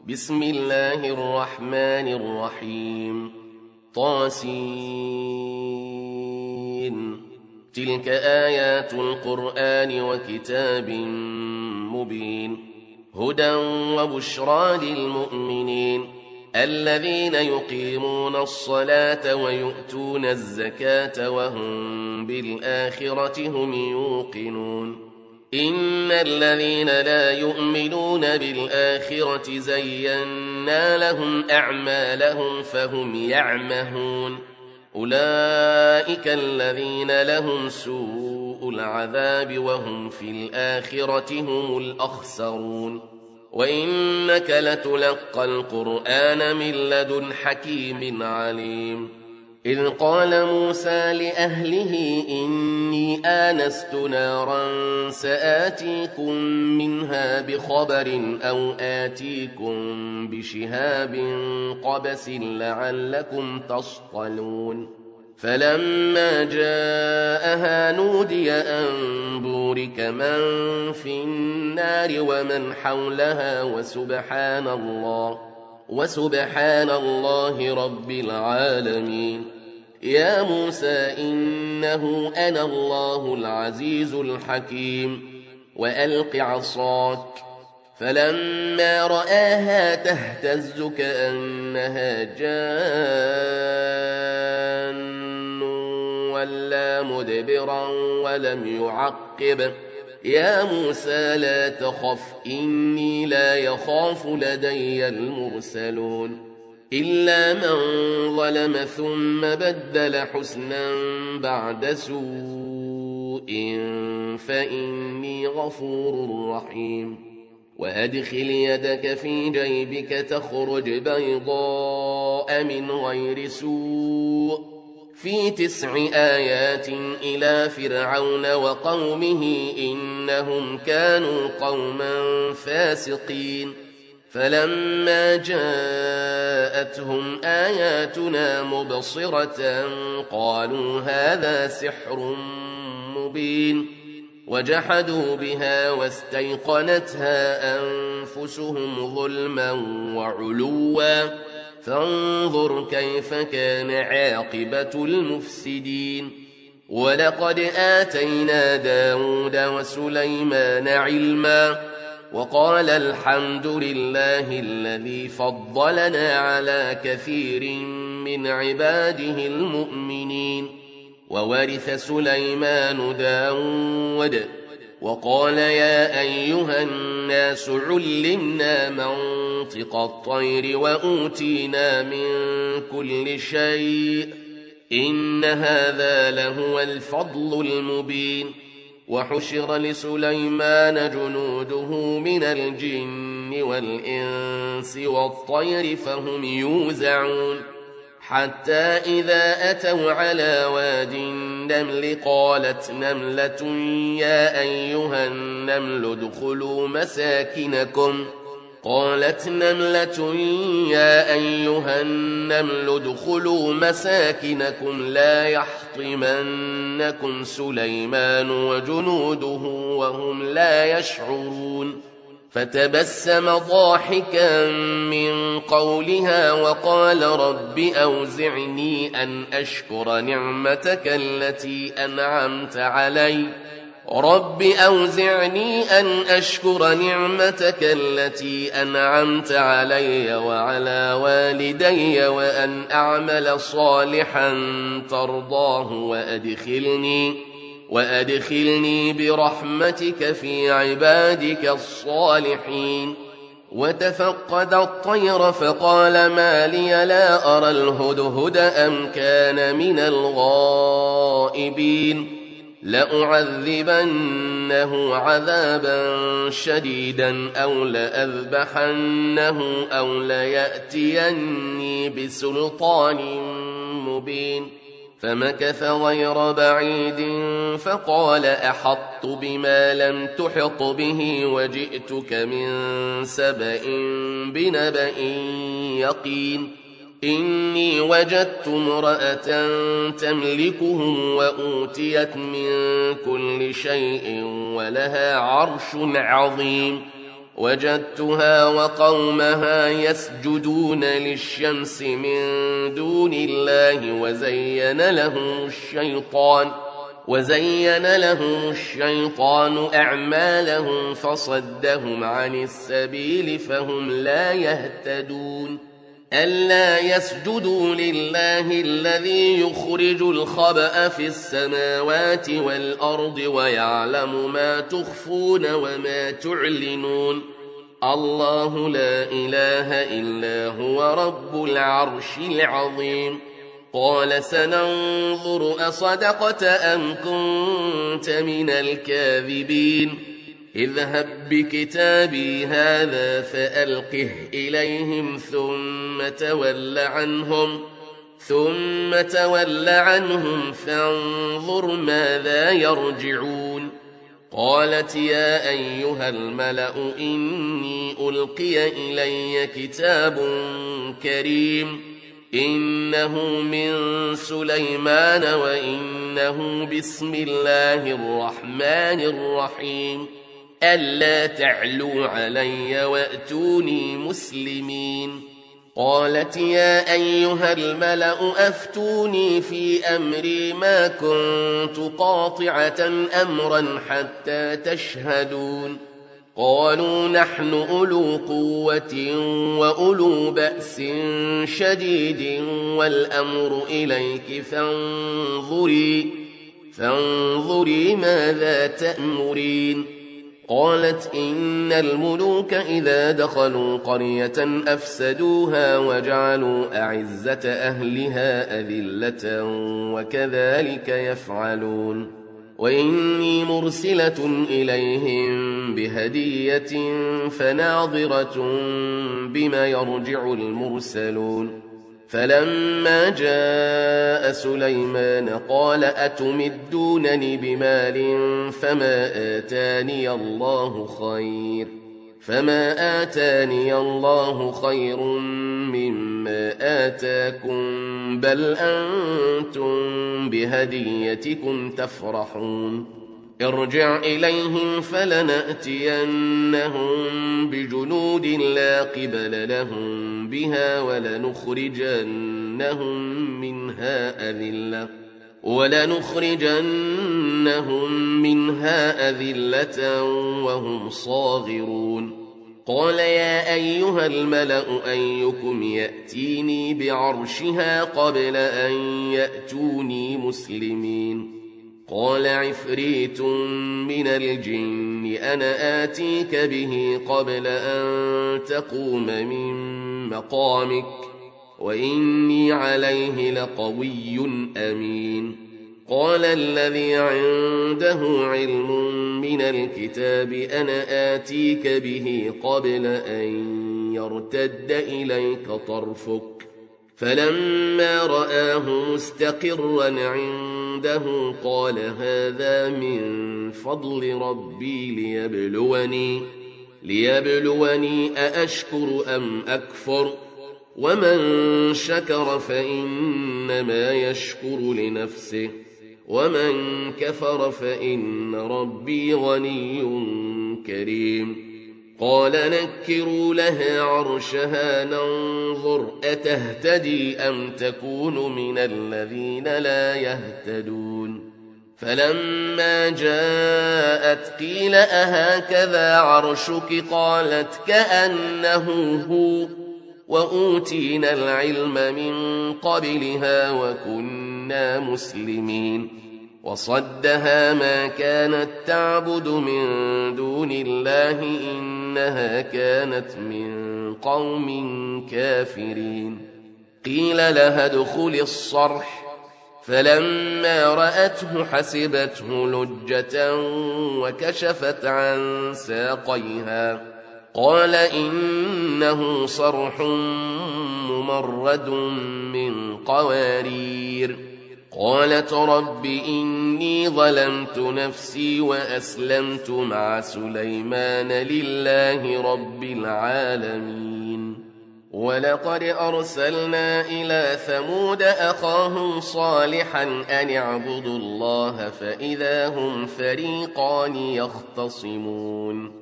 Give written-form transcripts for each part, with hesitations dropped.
بسم الله الرحمن الرحيم طاسين تلك آيات القرآن وكتاب مبين هدى وبشرى للمؤمنين الذين يقيمون الصلاة ويؤتون الزكاة وهم بالآخرة هم يوقنون إن الذين لا يؤمنون بالآخرة زينا لهم أعمالهم فهم يعمهون أولئك الذين لهم سوء العذاب وهم في الآخرة هم الأخسرون وإنك لتلقى القرآن من لدن حكيم عليم إذ قال موسى لأهله إني آنست نارا سآتيكم منها بخبر أو آتيكم بشهاب قبس لعلكم تصطلون فلما جاءها نودي أن بورك من في النار ومن حولها وسبحان الله رب العالمين يا موسى إنه أنا الله العزيز الحكيم وألق عصاك فلما رآها تهتز كأنها جان ولا مدبرا ولم يعقب يا موسى لا تخف إني لا يخاف لدي المرسلون إلا من ظلم ثم بدل حسنا بعد سوء فإني غفور رحيم وأدخل يدك في جيبك تخرج بيضاء من غير سوء في 9 آيات إلى فرعون وقومه إنهم كانوا قوما فاسقين فلما جاءتهم آياتنا مبصرة قالوا هذا سحر مبين وجحدوا بها واستيقنتها أنفسهم ظلما وعلوا فانظر كيف كان عاقبة المفسدين ولقد آتينا داود وسليمان علما وقال الحمد لله الذي فضلنا على كثير من عباده المؤمنين وورث سليمان داود وقال يا أيها الناس علمنا منطق الطير وأوتينا من كل شيء إن هذا لهو الفضل المبين وحشر لسليمان جنوده من الجن والإنس والطير فهم يوزعون حتى إذا أتوا على واد النمل قالت نملة يا أيها النمل ادخلوا مساكنكم لا يحطمنكم سليمان وجنوده وهم لا يشعرون فتبسم ضاحكا من قولها وقال رب أوزعني أن أشكر نعمتك التي أنعمت علي وعلى والدي وأن أعمل صالحا ترضاه وأدخلني برحمتك في عبادك الصالحين وتفقد الطير فقال ما لي لا أرى الهدهد أم كان من الغائبين لأعذبنه عذابا شديدا أو لأذبحنه أو ليأتيني بسلطان مبين فمكث غير بعيد فقال أحطت بما لم تحط به وجئتك من سبأ بنبأ يقين إني وجدت امرأة تملكهم وأوتيت من كل شيء ولها عرش عظيم وجدتها وقومها يسجدون للشمس من دون الله وزين لهم الشيطان أعمالهم فصدهم عن السبيل فهم لا يهتدون ألا يسجدوا لله الذي يخرج الخبأ في السماوات والأرض ويعلم ما تخفون وما تعلنون الله لا إله إلا هو رب العرش العظيم قال سننظر أصدقت أم كنت من الكاذبين اذهب بكتابي هذا فألقه إليهم ثم تول عنهم فانظر ماذا يرجعون قالت يا أيها الملأ إني ألقي إلي كتاب كريم إنه من سليمان وإنه بسم الله الرحمن الرحيم ألا تعلوا علي وأتوني مسلمين قالت يا أيها الملأ أفتوني في أمري ما كنت قاطعة أمرا حتى تشهدون قالوا نحن أولو قوة وأولو بأس شديد والأمر إليك فانظري ماذا تأمرين قالت إن الملوك إذا دخلوا قرية أفسدوها وجعلوا أعزة أهلها أذلة وكذلك يفعلون وإني مرسلة إليهم بهدية فناظرة بما يرجع المرسلون فلما جاء سليمان قال أتمدونني بمال فما آتاني الله خير مما آتاكم بل أنتم بهديتكم تفرحون ارجع إليهم فلنأتينهم بجنود لا قبل لهم بها ولنخرجنهم منها أذلة وهم صاغرون قال يا أيها الملأ أيكم يأتيني بعرشها قبل أن يأتوني مسلمين قال عفريت من الجن أنا آتيك به قبل أن تقوم من مقامك وإني عليه لقوي أمين قال الذي عنده علم من الكتاب أنا آتيك به قبل أن يرتد إليك طرفك فلما رآه مستقرا عنده قال هذا من فضل ربي ليبلوني أأشكر أم أكفر ومن شكر فإنما يشكر لنفسه ومن كفر فإن ربي غني كريم قال نكروا لها عرشها ننظر أتهتدي أم تكون من الذين لا يهتدون فلما جاءت قيل أهكذا عرشك قالت كأنه هو وأوتينا العلم من قبلها وكنا مسلمين وصدها ما كانت تعبد من دون الله إنها كانت من قوم كافرين قيل لها ادخل الصرح فلما رأته حسبته لجة وكشفت عن ساقيها قال إنه صرح ممرد من قوارير قالت رب إني ظلمت نفسي وأسلمت مع سليمان لله رب العالمين ولقد أرسلنا إلى ثمود أخاهم صالحا أن اعبدوا الله فإذا هم فريقان يختصمون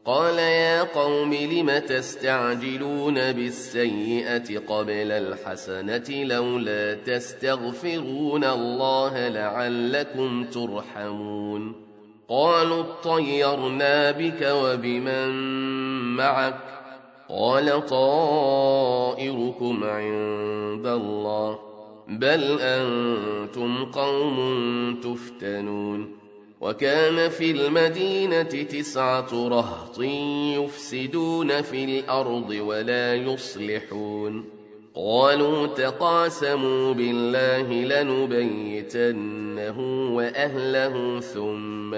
قال يا قوم لم تستعجلون بالسيئة قبل الحسنة لولا تستغفرون الله لعلكم ترحمون قالوا اطيرنا بك وبمن معك قال طائركم عند الله بل أنتم قوم تفتنون وكان في المدينة 9 رهط يفسدون في الأرض ولا يصلحون قالوا تقاسموا بالله لنبيتنه وأهله ثم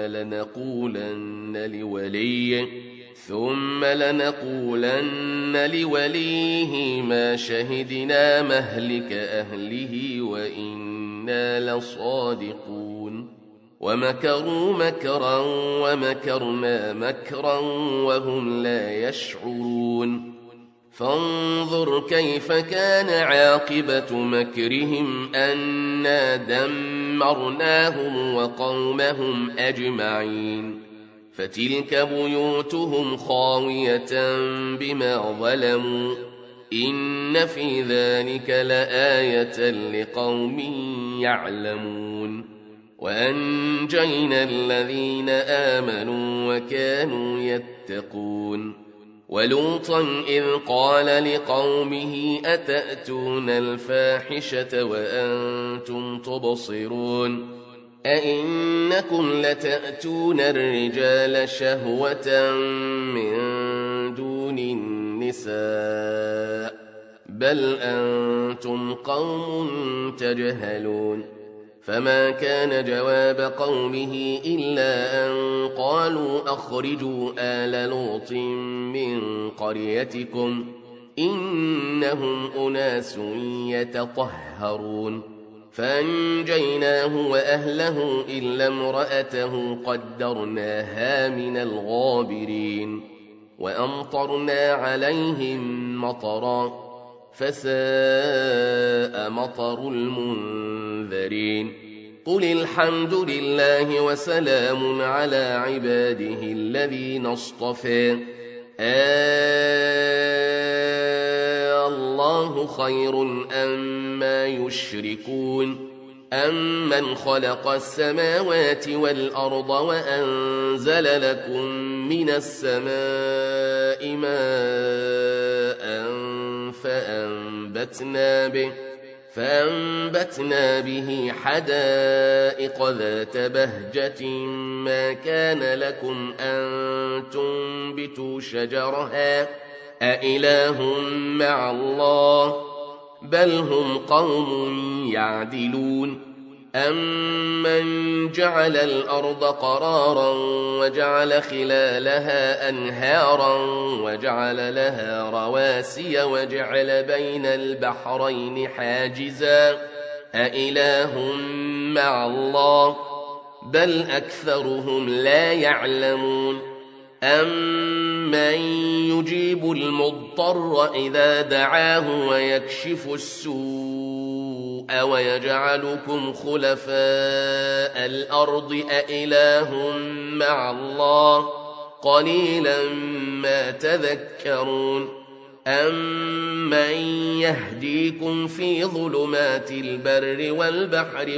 لنقولن لوليه ما شهدنا مهلك أهله وإنا لصادقون ومكروا مكرا ومكرنا مكرا وهم لا يشعرون فانظر كيف كان عاقبة مكرهم أنا دمرناهم وقومهم أجمعين فتلك بيوتهم خاوية بما ظلموا إن في ذلك لآية لقوم يعلمون وأنجينا الذين آمنوا وكانوا يتقون ولوطا إذ قال لقومه أتأتون الفاحشة وأنتم تبصرون أئنكم لتأتون الرجال شهوة من دون النساء بل أنتم قوم تجهلون فما كان جواب قومه إلا أن قالوا أخرجوا آل لوط من قريتكم إنهم أناس يتطهرون فأنجيناه وأهله إلا امرأته قدرناها من الغابرين وأمطرنا عليهم مطرا فساء مطر المنذرين قل الحمد لله وسلام على عباده الذين اصطفى الله خير أما يشركون أمن خلق السماوات والأرض وأنزل لكم من السماء ماء فأنبتنا به حدائق ذات بهجة ما كان لكم أن تنبتوا شجرها أإله مع الله بل هم قوم يعدلون أمن جعل الأرض قرارا وجعل خلالها أنهارا وجعل لها رواسي وجعل بين البحرين حاجزا أإله مع الله بل أكثرهم لا يعلمون أمن يجيب المضطر إذا دعاه ويكشف السوء ويجعلكم خلفاء الأرض أإله مع الله قليلا ما تذكرون أمن يهديكم في ظلمات البر والبحر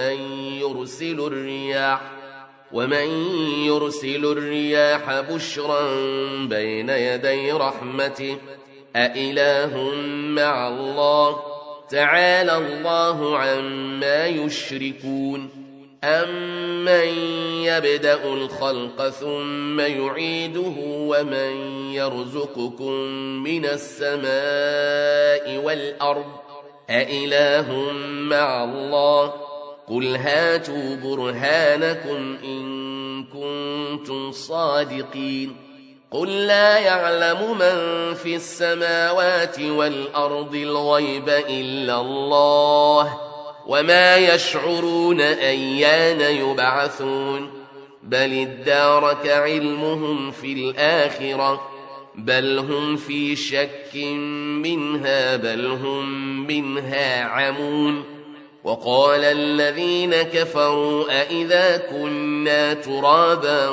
ومن يرسل الرياح بشرا بين يدي رحمته أإله مع الله تعالى الله عما يشركون أمن يبدأ الخلق ثم يعيده ومن يرزقكم من السماء والأرض أإله مع الله قل هاتوا برهانكم إن كنتم صادقين قل لا يعلم من في السماوات والأرض الغيب إلا الله وما يشعرون أيان يبعثون بل ادارك علمهم في الآخرة بل هم في شك منها بل هم منها عمون وقال الذين كفروا أئذا كنا ترابا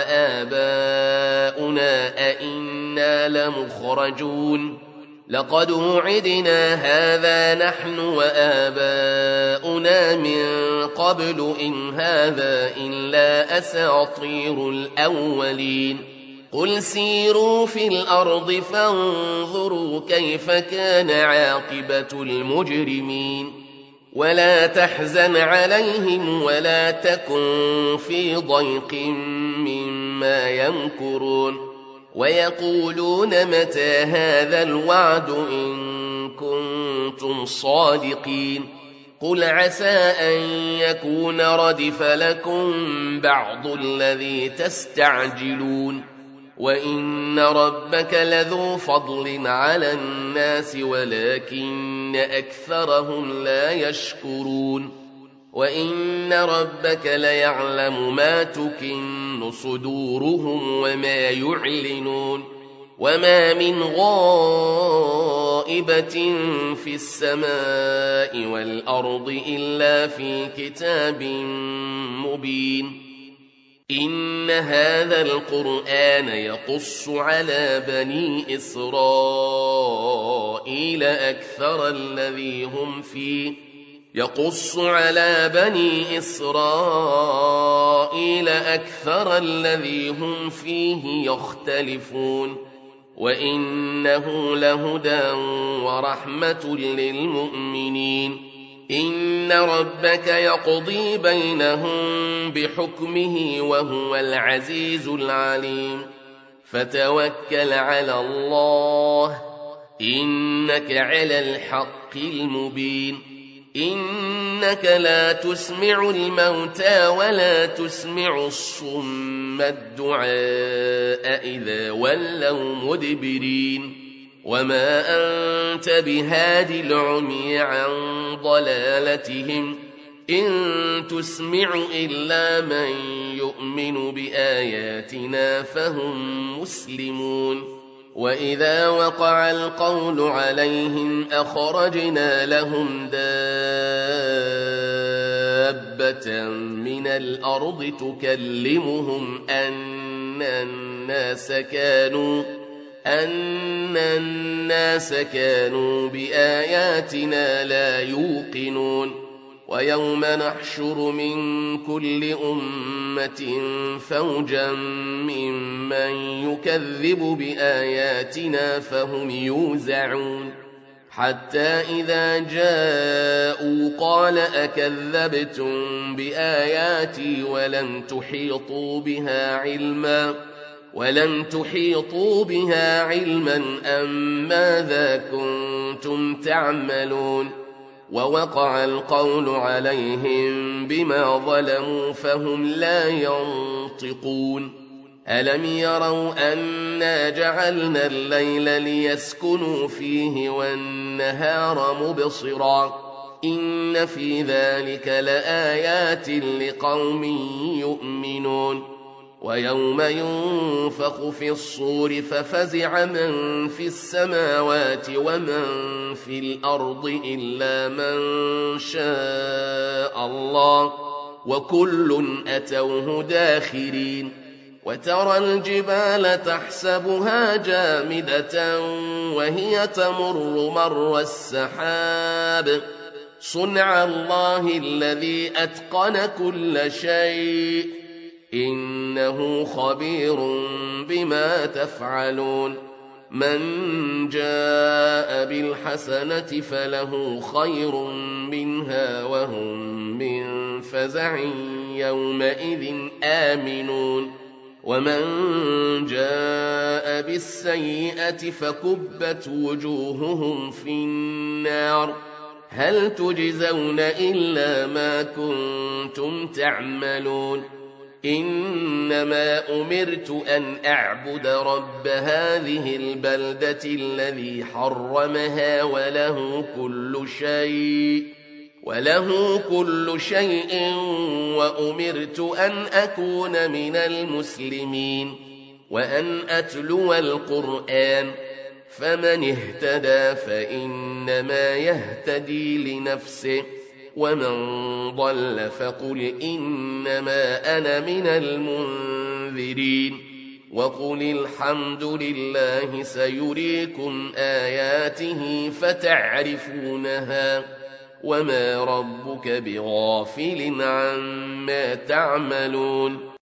وآباؤنا أئنا لمخرجون لقد وعدنا هذا نحن وآباؤنا من قبل إن هذا إلا أساطير الأولين قل سيروا في الأرض فانظروا كيف كان عاقبة المجرمين ولا تحزن عليهم ولا تكن في ضيق مما يمكرون ويقولون متى هذا الوعد إن كنتم صادقين قل عسى أن يكون ردف لكم بعض الذي تستعجلون وإن ربك لذو فضل على الناس ولكن أكثرهم لا يشكرون وإن ربك ليعلم ما تكن صدورهم وما يعلنون وما من غائبة في السماء والأرض إلا في كتاب مبين إن هذا القرآن يقص على بني إسرائيل أكثر الذي هم فيه يختلفون وإنه لهدى ورحمة للمؤمنين إن ربك يقضي بينهم بحكمه وهو العزيز العليم فتوكل على الله إنك على الحق المبين إنك لا تسمع الموتى ولا تسمع الصم الدعاء إذا ولوا مدبرين وما أنت بهاد العمي عن ضلالتهم إن تسمع إلا من يؤمن بآياتنا فهم مسلمون وإذا وقع القول عليهم أخرجنا لهم دابة من الأرض تكلمهم أن الناس كانوا بآياتنا لا يوقنون ويوم نحشر من كل أمة فوجا ممن يكذب بآياتنا فهم يوزعون حتى إذا جاءوا قال أكذبتم بآياتي ولم تحيطوا بها علما أم ماذا كنتم تعملون ووقع القول عليهم بما ظلموا فهم لا ينطقون ألم يروا أنا جعلنا الليل ليسكنوا فيه والنهار مبصرا إن في ذلك لآيات لقوم يؤمنون ويوم ينفخ في الصور ففزع من في السماوات ومن في الأرض إلا من شاء الله وكل أتوه داخرين وترى الجبال تحسبها جامدة وهي تمر مر السحاب صنع الله الذي أتقن كل شيء إنه خبير بما تفعلون من جاء بالحسنة فله خير منها وهم من فزع يومئذ آمنون ومن جاء بالسيئة فكبت وجوههم في النار هل تجزون إلا ما كنتم تعملون إنما أمرت أن أعبد رب هذه البلدة الذي حرمها وله كل شيء وأمرت أن أكون من المسلمين وأن أتلو القرآن فمن اهتدى فإنما يهتدي لنفسه ومن ضل فقل إنما أنا من المنذرين وقل الحمد لله سيريكم آياته فتعرفونها وما ربك بغافل عما تعملون